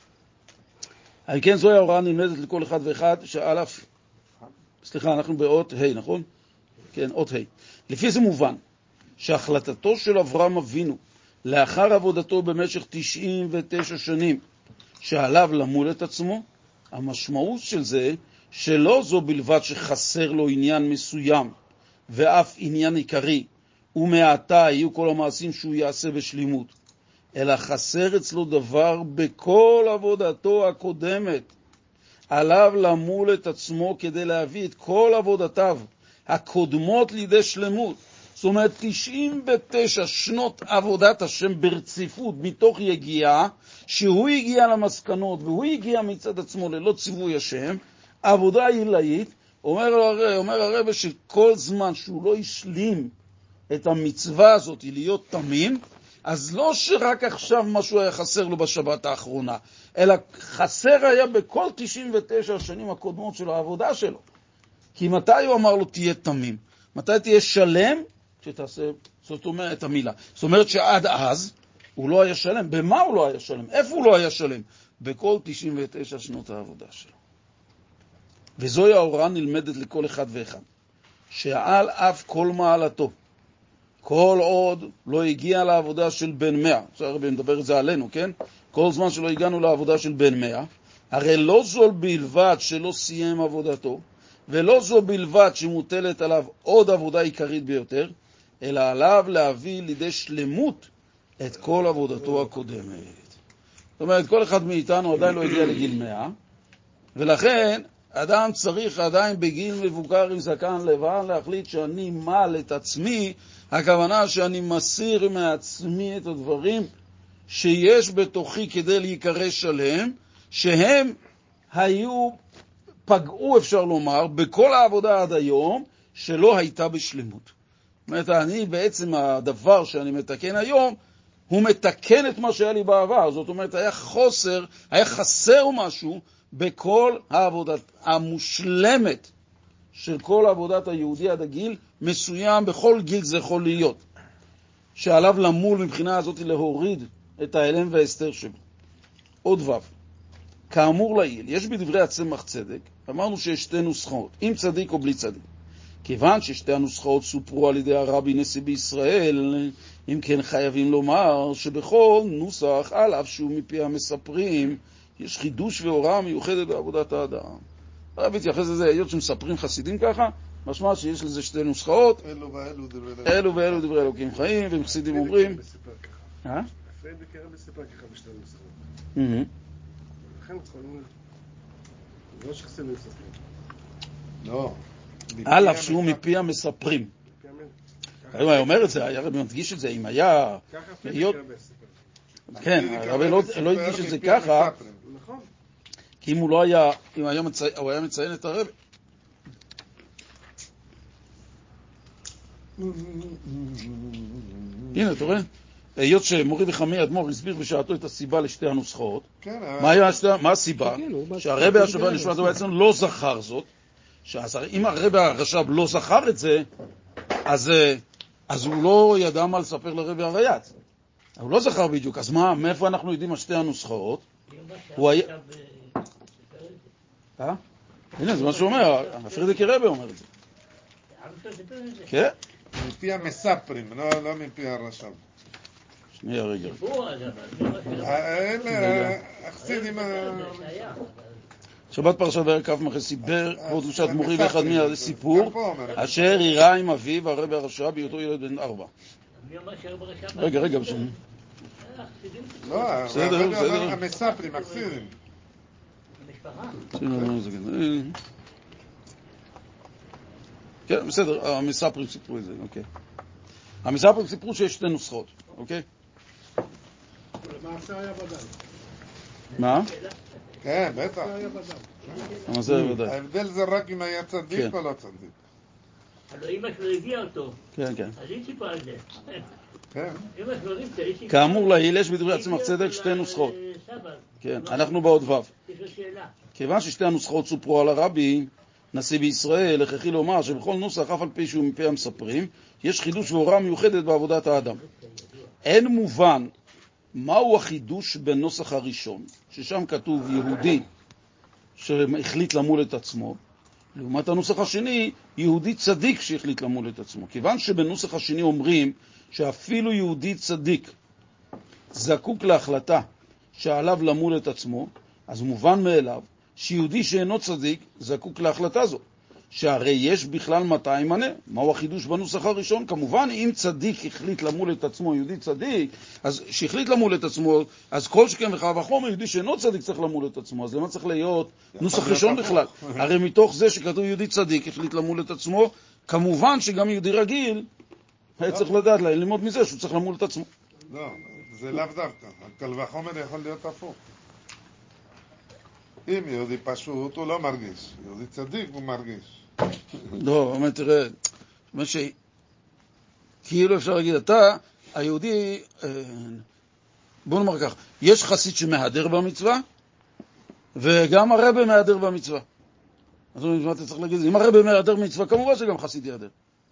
A: על כן זוהי ההוראה נלמדת לכל אחד ואחד, שאלף, סליחה, אנחנו באות ה', נכון? כן, אות ה'. לפי זה מובן, שהחלטתו של אברהם אבינו, לאחר עבודתו במשך 99 שנים, שעליו למול את עצמו, המשמעות של זה, שלא זו בלבד שחסר לו עניין מסוים, ואף עניין עיקרי, ומעתה יהיו כל המעשים שהוא יעשה בשלימות, אלא חסר אצלו דבר בכל עבודתו הקודמת, עליו למול את עצמו כדי להביא את כל עבודתיו הקודמות לידי שלמות. זאת אומרת, 99 שנות עבודת השם ברציפות מתוך יגיעה, שהוא הגיע למסקנות והוא הגיע מצד עצמו ללא ציווי השם, עבודה עילאית. אומר הרב שכל זמן שהוא לא השלים את המצווה הזאת להיות תמים, אז לא שרק עכשיו משהו היה חסר לו בשבת האחרונה, אלא חסר היה בכל 99 השנים הקודמות של העבודה שלו. כי מתי הוא אמר לו תהיה תמים? מתי תהיה שלם? שתעשה, זאת אומרת, את המילה. זאת אומרת שעד אז הוא לא היה שלם. במה הוא לא היה שלם? איפה הוא לא היה שלם? בכל 99 שנות העבודה שלו. וזוהי ההוראה נלמדת לכל אחד ואחד. שעל אף כל מעלתו, כל עוד לא הגיע לעבודה של בן 100, עכשיו נדבר את זה עלינו, כן? כל זמן שלא הגענו לעבודה של בן 100, הרי לא זו בלבד שלא סיים עבודתו, ולא זו בלבד שמוטלת עליו עוד עבודה עיקרית ביותר, אלא עליו להביא לידי שלמות את כל עבודתו הקודמת. זאת אומרת, כל אחד מאיתנו עדיין לא הגיע לגיל 100, ולכן אדם צריך עדיין בגיל מבוגר עם זקן לבן להחליט שאני מל את עצמי, הכוונה שאני מסיר מעצמי את הדברים שיש בתוכי כדי להיקרא שלם, שהם פגעו, אפשר לומר, בכל העבודה עד היום שלא הייתה בשלמות. זאת אומרת, אני בעצם הדבר שאני מתקן היום, הוא מתקן את מה שהיה לי בעבר. זאת אומרת, היה חסר משהו בכל העבודה המושלמת של כל עבודת היהודי עד הגיל מסוים, בכל גיל זה יכול להיות, שעליו למול מבחינה הזאת להוריד את ההלם וההסתר שבו. עוד ו' כאמור לעיל, יש בדברי הצמח צדק, אמרנו שיש שתי נוסחאות, עם צדיק או בלי צדיק. כיוון ששתי הנוסחאות סופרו על ידי הרבי נשיא בישראל, אם כן חייבים לומר שבכל נוסח, על אף שהוא מפי המספרים, יש חידוש והוראה מיוחדת בעבודת האדם. הרבי התייחס לזה, היות שמספרים חסידים ככה, משמע שיש לזה שתי נוסחאות. אלו ואלו דברי אלוקים חיים, והם חסידים אומרים.
D: אפרים וקרם מספר ככה בשתי נוסחאות. לכן לא שחסידים מספרים.
B: לא.
A: על אף שהוא מפי המספרים. הוא אומר את זה, הרב מדגיש את זה, אם היה... כן, הרב לא הדגיש את זה ככה, כי אם הוא לא היה, הוא היה מציין את הרב. הנה, אתה רואה? היות שמורי וחמי אדמו"ר הסביר בשעתו את הסיבה לשתי הנוסחאות, מה הסיבה? שהרבי השופר נשמת בעצם לא זכר זאת, אם הרבי הרש"ב לא זכר את זה, אז הוא לא ידע מה לספר לרבי הרייץ. הוא לא זכר בדיוק, אז מה, מאיפה אנחנו יודעים על שתי הנוסחאות? הוא היה... הנה, זה מה שהוא אומר, הפרידיקי רבי אומר את זה. כן?
B: מפי המספרים, לא מפי הרש"ב.
A: שנייה רגע.
B: אלה, החסידים...
A: שבת פרשת בערב כף מחי סיבר כבוד קדושת מורי ואחד מהסיפור אשר אירע עם אביו הרבי הרש"ב בהיותו ילד בן 4. רגע בשביל...
B: לא, בסדר. המספרים, החסידים.
A: כן, בסדר, המספרים סיפרו את זה, אוקיי. המספרים סיפרו שיש שתי נוסחות, אוקיי?
E: למעשה היה ודאי.
A: מה?
B: כן, בטח. ההבדל זה רק אם היה צדיק או לא צדיק.
F: הלוא אמא שלו הביאה אותו.
A: כן.
F: אז היא סיפרה על זה.
B: כן.
A: כאמור להיל יש בדברי עצמך צדק שתי נוסחות. כן, אנחנו בעוד ו'.
F: יש לו שאלה.
A: כיוון ששתי הנוסחות סופרו על הרבי, נשיא בישראל, הכרחי לומר שבכל נוסח, אף על פי שהוא מפי המספרים, יש חידוש והוראה מיוחדת בעבודת האדם. אין מובן מהו החידוש בנוסח הראשון, ששם כתוב יהודי שהחליט למול את עצמו, לעומת הנוסח השני, יהודי צדיק שהחליט למול את עצמו. כיוון שבנוסח השני אומרים שאפילו יהודי צדיק זקוק להחלטה שעליו למול את עצמו, אז מובן מאליו שיהודי שאינו צדיק זקוק להחלטה זו. שהרי יש בכלל מתי ימנה. מהו החידוש בנוסח הראשון? כמובן, אם צדיק החליט למול את עצמו, יהודי צדיק, אז שהחליט למול את עצמו, אז כל שכן וחלב וחומר, יהודי שאינו צדיק צריך למול את עצמו. אז למה צריך להיות נוסח ראשון בכלל? הרי מתוך זה שכתוב יהודי צדיק החליט למול את עצמו, כמובן שגם יהודי רגיל היה צריך לדעת ללמוד מזה שהוא צריך למול את עצמו.
B: לא, זה לאו דווקא. קל וחומר יכול להיות הפוך. אם יהודי פשוט הוא לא מרגיש, יהודי צדיק הוא מרגיש.
A: לא, אבל תראה, כאילו אפשר להגיד, אתה, היהודי, בוא נאמר כך, יש חסיד שמהדר במצווה, וגם הרבי מהדר במצווה. אז מה אתה צריך להגיד? אם הרבי מהדר במצווה, כמובן שגם חסיד יהדר.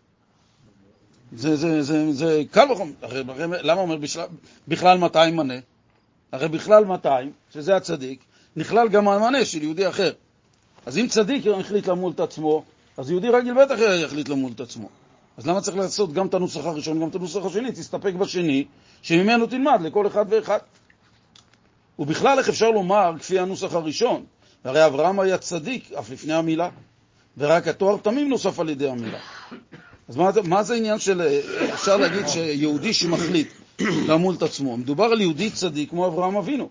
A: זה קל וחום. למה אומר בכלל 200 מנה? הרי בכלל 200, שזה הצדיק, נכלל גם המנה של יהודי אחר. אז אם צדיק החליט למול את עצמו, אז יהודי רגיל בטח יחליט למול את עצמו. אז למה צריך לעשות גם את הנוסח הראשון, גם את הנוסח השני? תסתפק בשני, שממנו תלמד לכל אחד ואחד. ובכלל איך אפשר לומר כפי הנוסח הראשון? הרי אברהם היה צדיק אף לפני המילה, ורק התואר תמים נוסף על ידי המילה. אז מה זה העניין של, אפשר להגיד שיהודי שמחליט למול את עצמו? מדובר על יהודי צדיק כמו אברהם אבינו.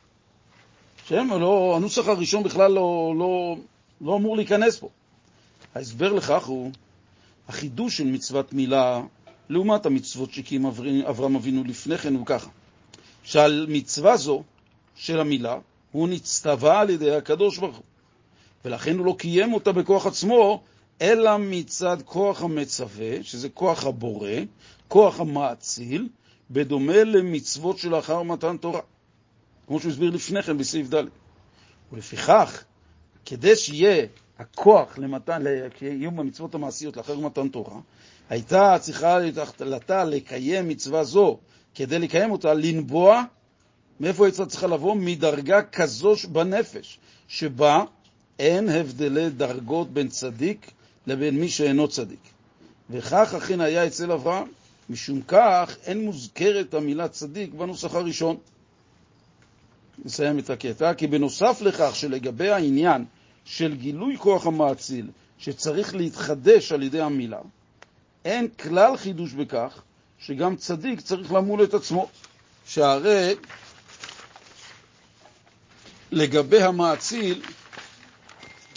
A: הנוסח הראשון בכלל לא אמור להיכנס פה. ההסבר לכך הוא החידוש של מצוות מילה לעומת המצוות שקיים אברהם אבינו לפני כן, הוא ככה. שעל מצווה זו של המילה הוא נצטווה על ידי הקדוש ברוך הוא, ולכן הוא לא קיים אותה בכוח עצמו, אלא מצד כוח המצווה, שזה כוח הבורא, כוח המאציל, בדומה למצוות שלאחר מתן תורה. כמו שהוא הסביר לפני כן בסעיף ד'. ולפיכך, כדי שיהיה הכוח לקיום המצוות המעשיות לאחר מתן תורה, הייתה צריכה להתחלתה לקיים מצווה זו, כדי לקיים אותה, לנבוע, מאיפה הייתה צריכה לבוא? מדרגה כזו בנפש, שבה אין הבדלי דרגות בין צדיק לבין מי שאינו צדיק. וכך אכן היה אצל אברהם, משום כך אין מוזכרת המילה צדיק בנוסח הראשון. נסיים את הקטע, כי בנוסף לכך שלגבי העניין של גילוי כוח המאציל שצריך להתחדש על ידי המילה, אין כלל חידוש בכך שגם צדיק צריך למול את עצמו, שהרי לגבי המאציל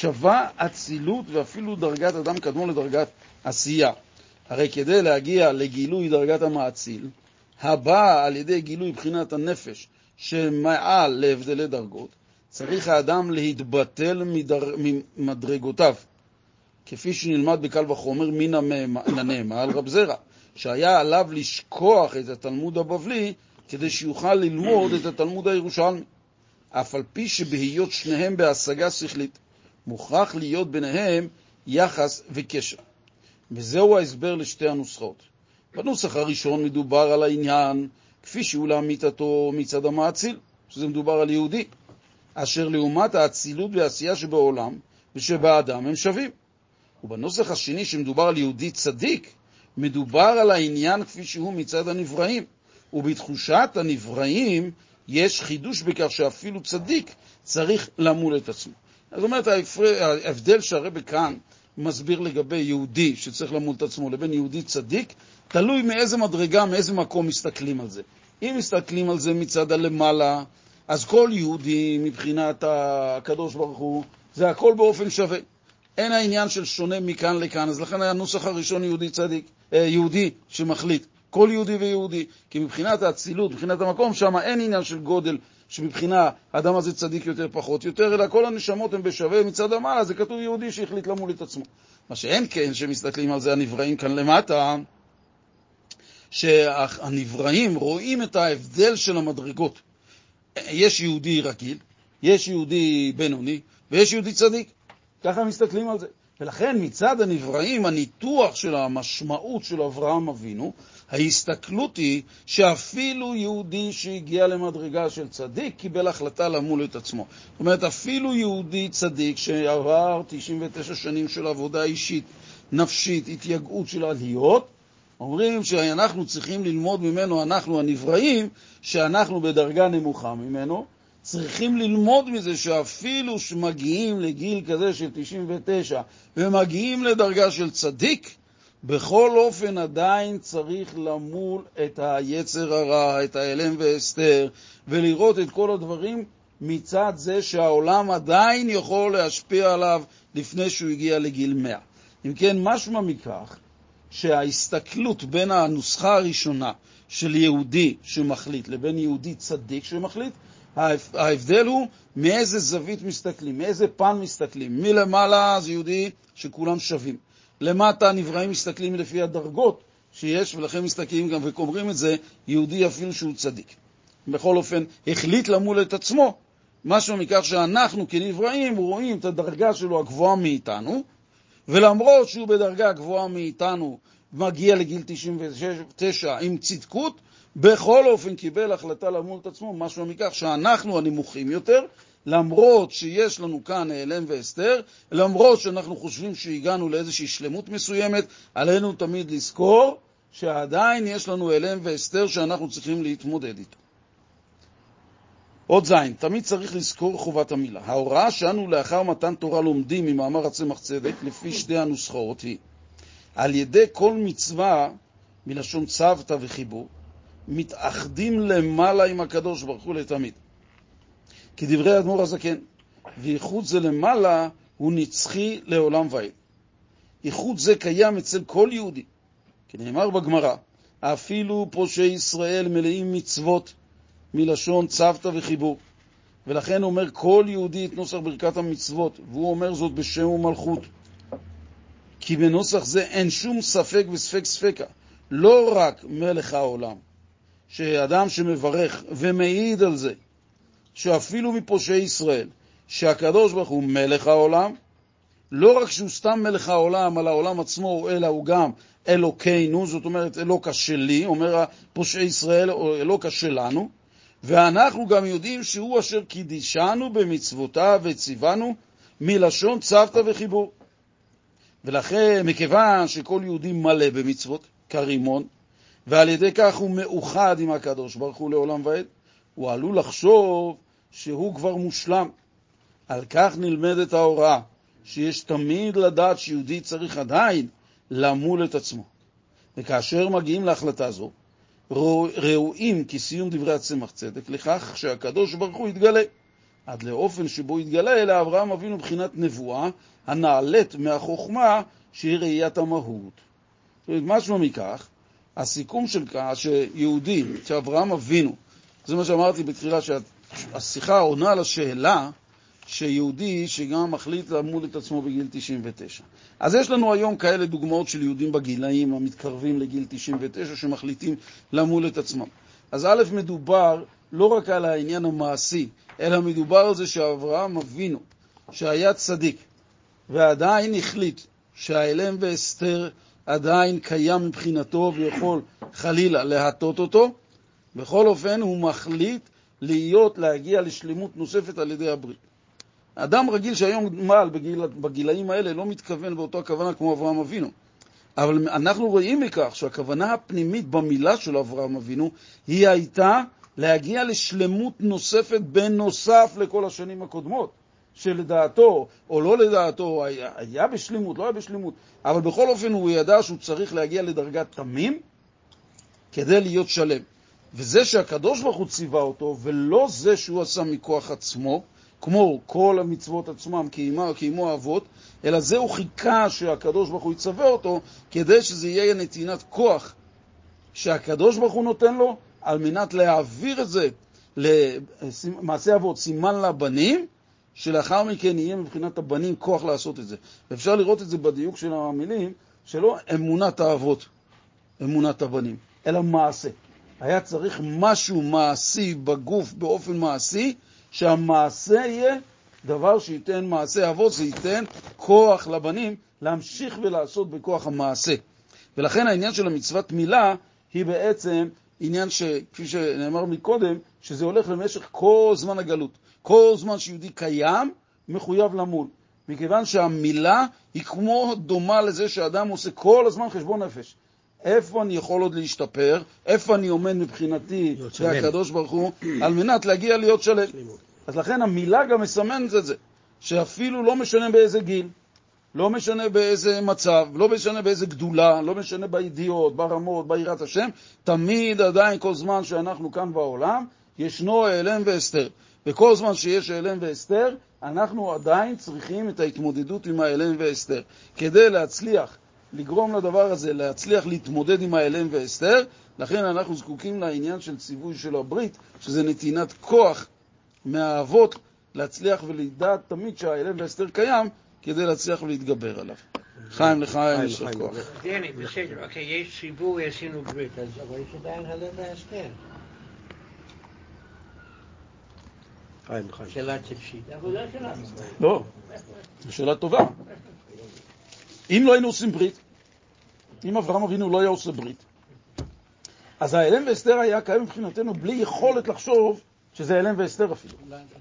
A: שווה אצילות ואפילו דרגת אדם קדמו לדרגת עשייה. הרי כדי להגיע לגילוי דרגת המאציל, הבא על ידי גילוי בחינת הנפש שמעל להבדלי דרגות, צריך האדם להתבטל ממדרגותיו, כפי שנלמד בקל וחומר מן הנאמר על רב זרע, שהיה עליו לשכוח את התלמוד הבבלי כדי שיוכל ללמוד את התלמוד הירושלמי. אף על פי שבהיות שניהם בהשגה שכלית, מוכרח להיות ביניהם יחס וקשר. וזהו ההסבר לשתי הנוסחות. בנוסח הראשון מדובר על העניין כפי שהוא לאמיתתו מצד המאציל, שזה מדובר על יהודי, אשר לעומת האצילות והעשייה שבעולם ושבאדם הם שווים. ובנוסח השני שמדובר על יהודי צדיק, מדובר על העניין כפי שהוא מצד הנבראים, ובתחושת הנבראים יש חידוש בכך שאפילו צדיק צריך למול את עצמו. זאת אומרת, ההבדל שהרבא כאן מסביר לגבי יהודי שצריך למול את עצמו לבין יהודי צדיק, תלוי מאיזה מדרגה, מאיזה מקום מסתכלים על זה. אם מסתכלים על זה מצד הלמעלה, אז כל יהודי מבחינת הקדוש ברוך הוא, זה הכל באופן שווה. אין העניין של שונה מכאן לכאן, אז לכן היה הנוסח הראשון יהודי צדיק, יהודי שמחליט, כל יהודי ויהודי, כי מבחינת האצילות, מבחינת המקום, שם אין עניין של גודל, שמבחינה האדם הזה צדיק יותר פחות יותר, אלא כל הנשמות הם בשווה מצד המעלה, זה כתוב יהודי שהחליט למול את עצמו. מה שאין כן, שמסתכלים על זה הנבראים כאן למטה, שהנבראים רואים את ההבדל של המדרגות. יש יהודי רגיל, יש יהודי בינוני, ויש יהודי צדיק. ככה מסתכלים על זה. ולכן מצד הנבראים, הניתוח של המשמעות של אברהם אבינו, ההסתכלות היא שאפילו יהודי שהגיע למדרגה של צדיק קיבל החלטה למול את עצמו. זאת אומרת, אפילו יהודי צדיק שעבר 99 שנים של עבודה אישית, נפשית, התייגעות של עליות, אומרים שאנחנו צריכים ללמוד ממנו, אנחנו הנבראים, שאנחנו בדרגה נמוכה ממנו, צריכים ללמוד מזה שאפילו שמגיעים לגיל כזה של 99 ומגיעים לדרגה של צדיק, בכל אופן עדיין צריך למול את היצר הרע, את האלם והסתר, ולראות את כל הדברים מצד זה שהעולם עדיין יכול להשפיע עליו לפני שהוא הגיע לגיל 100. אם כן, משמע מכך שההסתכלות בין הנוסחה הראשונה של יהודי שמחליט לבין יהודי צדיק שמחליט, ההבדל הוא מאיזה זווית מסתכלים, מאיזה פן מסתכלים. מלמעלה זה יהודי שכולם שווים. למטה הנבראים מסתכלים לפי הדרגות שיש, ולכן מסתכלים גם וקומרים את זה יהודי אפילו שהוא צדיק. בכל אופן, החליט למול את עצמו, משהו מכך שאנחנו כנבראים רואים את הדרגה שלו הגבוהה מאיתנו, ולמרות שהוא בדרגה גבוהה מאיתנו מגיע לגיל 99 עם צדקות, בכל אופן קיבל החלטה למול את עצמו, משהו מכך שאנחנו הנמוכים יותר, למרות שיש לנו כאן העלם והסתר, למרות שאנחנו חושבים שהגענו לאיזושהי שלמות מסוימת, עלינו תמיד לזכור שעדיין יש לנו העלם והסתר שאנחנו צריכים להתמודד איתו. עוד זין, תמיד צריך לזכור חובת המילה. ההוראה שאנו לאחר מתן תורה לומדים ממאמר הצמח צדק לפי שתי הנוסחאות היא, על ידי כל מצווה מלשון צוותא וחיבור, מתאחדים למעלה עם הקדוש ברוך הוא לתמיד. כדברי האדמו"ר הזקן, וייחוד זה למעלה הוא נצחי לעולם ועד. ייחוד זה קיים אצל כל יהודי. כנאמר בגמרא, אפילו פושעי ישראל מלאים מצוות מלשון צוותא וחיבור. ולכן אומר כל יהודי את נוסח ברכת המצוות, והוא אומר זאת בשם ומלכות. כי בנוסח זה אין שום ספק וספק ספקה, לא רק מלך העולם, שאדם שמברך ומעיד על זה, שאפילו מפושעי ישראל, שהקדוש ברוך הוא מלך העולם, לא רק שהוא סתם מלך העולם על העולם עצמו, אלא הוא גם אלוקינו, זאת אומרת אלוקה שלי, אומר פושעי ישראל, או אלוקה שלנו, ואנחנו גם יודעים שהוא אשר קידישנו במצוותיו וציוונו מלשון צוותא וחיבור. ולכן, מכיוון שכל יהודי מלא במצוות, כרימון, ועל ידי כך הוא מאוחד עם הקדוש ברוך הוא לעולם ועד, הוא עלול לחשוב שהוא כבר מושלם. על כך נלמדת ההוראה, שיש תמיד לדעת שיהודי צריך עדיין למול את עצמו. וכאשר מגיעים להחלטה זו, ראויים כסיום דברי הצמח צדק לכך שהקדוש ברוך הוא יתגלה, עד לאופן שבו התגלה אלא אברהם אבינו מבחינת נבואה הנעלית מהחוכמה שהיא ראיית המהות. משהו מכך, הסיכום של כך שיהודי, שאברהם אבינו, זה מה שאמרתי בתחילה, שהשיחה עונה לשאלה שיהודי שגם מחליט למות את עצמו בגיל 99. אז יש לנו היום כאלה דוגמאות של יהודים בגילאים המתקרבים לגיל 99 שמחליטים למות את עצמם. אז א', מדובר לא רק על העניין המעשי, אלא מדובר על זה שאברהם אבינו, שהיה צדיק, ועדיין החליט שהאלם ואסתר עדיין קיים מבחינתו ויכול חלילה להטות אותו, בכל אופן הוא מחליט להגיע לשלמות נוספת על ידי הברית. אדם רגיל שהיום מעל בגילאים האלה לא מתכוון באותו הכוונה כמו אברהם אבינו. אבל אנחנו רואים מכך שהכוונה הפנימית במילה של אברהם אבינו היא הייתה להגיע לשלמות נוספת בנוסף לכל השנים הקודמות, שלדעתו או לא לדעתו היה בשלמות, לא היה בשלמות, אבל בכל אופן הוא ידע שהוא צריך להגיע לדרגת תמים כדי להיות שלם. וזה שהקדוש ברוך הוא ציווה אותו, ולא זה שהוא עשה מכוח עצמו, כמו כל המצוות עצמם קיימו האבות, אלא זה הוא חיכה שהקדוש ברוך הוא יצווה אותו, כדי שזה יהיה נתינת כוח שהקדוש ברוך הוא נותן לו, על מנת להעביר את זה למעשה אבות, סימן לבנים, שלאחר מכן יהיה מבחינת הבנים כוח לעשות את זה. ואפשר לראות את זה בדיוק של המילים, שלא אמונת האבות, אמונת הבנים, אלא מעשה. היה צריך משהו מעשי בגוף באופן מעשי, שהמעשה יהיה דבר שייתן מעשה אבות, זה ייתן כוח לבנים להמשיך ולעשות בכוח המעשה. ולכן העניין של המצוות מילה היא בעצם עניין שכפי שנאמר מקודם, שזה הולך למשך כל זמן הגלות. כל זמן שיהודי קיים, מחויב למול. מכיוון שהמילה היא כמו דומה לזה שאדם עושה כל הזמן חשבון נפש. איפה אני יכול עוד להשתפר, איפה אני עומד מבחינתי שהקדוש ברוך הוא, על מנת להגיע להיות שלם. אז לכן המילה גם מסמנת את זה, שאפילו לא משנה באיזה גיל, לא משנה באיזה מצב, לא משנה באיזה גדולה, לא משנה בידיעות, ברמות, ביראת השם, תמיד עדיין כל זמן שאנחנו כאן בעולם, ישנו אלם ואסתר. וכל זמן שיש אלם ואסתר, אנחנו עדיין צריכים את ההתמודדות עם האלם ואסתר. כדי להצליח לגרום לדבר הזה, להצליח להתמודד עם האלם ואסתר, לכן אנחנו זקוקים לעניין של ציווי של הברית, שזה נתינת כוח מהאבות, להצליח ולדעת תמיד שהאלם ואסתר קיים, כדי להצליח ולהתגבר עליו. חיים לחיים, יש לך כוח.
G: דני, בסדר, אוקיי, יש ציווי, עשינו ברית, אבל יש עדיין הלם ואסתר. שאלה טיפשית.
A: לא, זו שאלה טובה. אם לא היינו עושים ברית, אם אברהם אבינו לא היה עושה ברית, אז האלם ואסתר היה קיים מבחינתנו בלי יכולת לחשוב שזה אלם ואסתר אפילו.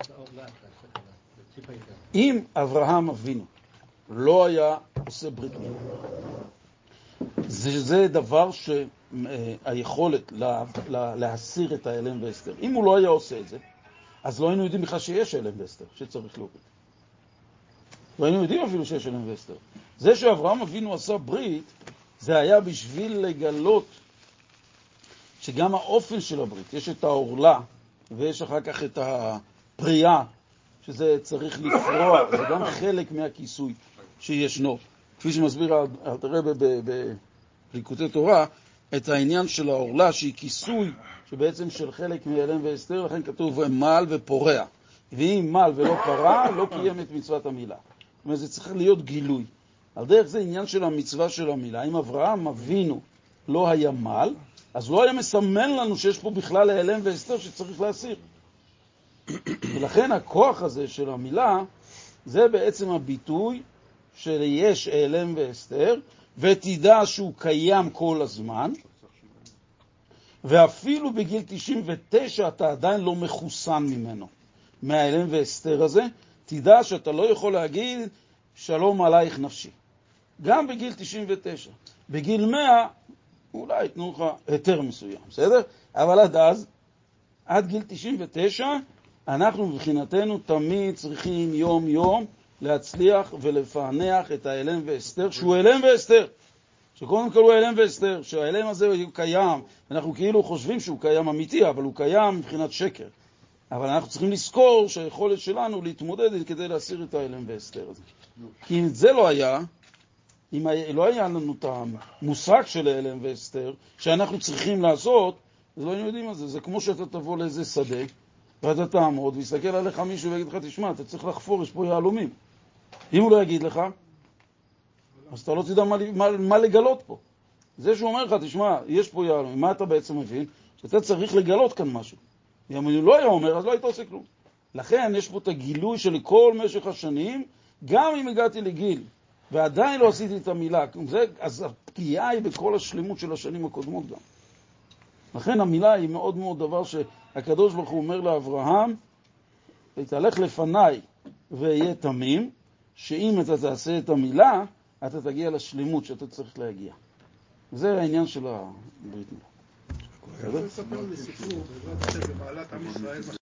A: אם אברהם אבינו לא היה עושה ברית מילה, זה דבר שהיכולת להסיר את האלם ואסתר. אם הוא לא היה עושה את זה, אז לא היינו יודעים בכלל שיש אלם ואסתר, שצריך להוריד. לא היינו יודעים אפילו שיש אלם ואסתר. זה שאברהם אבינו עשה ברית, זה היה בשביל לגלות שגם האופן של הברית, יש את העורלה, ויש אחר כך את הפריאה, שזה צריך לפרוע, זה גם חלק מהכיסוי שישנו. כפי שמסביר הרב בליקוטי תורה, את העניין של העורלה, שהיא כיסוי, שבעצם של חלק מאלם ואסתר, לכן כתוב מעל ופורע. ואם מעל ולא פרע, לא קיים את מצוות המילה. זאת אומרת, זה צריך להיות גילוי. על דרך זה עניין של המצווה של המילה. אם אברהם אבינו לא היה מעל, אז לא היה מסמן לנו שיש פה בכלל האלם ואסתר שצריך להסיר. ולכן הכוח הזה של המילה, זה בעצם הביטוי שיש אלם ואסתר, ותדע שהוא קיים כל הזמן, ואפילו בגיל 99 אתה עדיין לא מחוסן ממנו, מהאלם ואסתר הזה, תדע שאתה לא יכול להגיד שלום עלייך נפשי. גם בגיל 99. בגיל 100 אולי יתנו לך היתר מסוים, בסדר? אבל עד אז, עד גיל 99, אנחנו מבחינתנו תמיד צריכים יום יום להצליח ולפענח את האלם ואסתר, שהוא אלם ואסתר. שקודם כל הוא אלם ואסתר, שהאלם הזה הוא קיים, אנחנו כאילו חושבים שהוא קיים אמיתי, אבל הוא קיים מבחינת שקר. אבל אנחנו צריכים לזכור שהיכולת שלנו להתמודד כדי להסיר את ההלם והסתר הזה. כי אם זה לא היה, אם לא היה לנו את המושג של ההלם והסתר שאנחנו צריכים לעשות, אז לא היינו יודעים על זה. זה כמו שאתה תבוא לאיזה שדה, ואתה תעמוד ויסתכל עליך מישהו ויגיד לך, תשמע, אתה צריך לחפור, יש פה יעלומים. אם הוא לא יגיד לך, אז אתה לא תדע מה לגלות פה. זה שהוא אומר לך, תשמע, יש פה יעלומים, מה אתה בעצם מבין? שאתה צריך לגלות כאן משהו. אם הוא לא היה אומר, אז לא היית עושה כלום. לכן יש פה את הגילוי של כל משך השנים, גם אם הגעתי לגיל, ועדיין לא עשיתי את המילה, אז הפגיעה היא בכל השלמות של השנים הקודמות גם. לכן המילה היא מאוד מאוד דבר שהקדוש ברוך הוא אומר לאברהם, תלך לפניי ויהיה תמים, שאם אתה תעשה את המילה, אתה תגיע לשלמות שאתה צריך להגיע. זה העניין של הברית מילה.
E: אני רוצה לספר לי סיפור, בעזרת השם, בבעלת עם ישראל.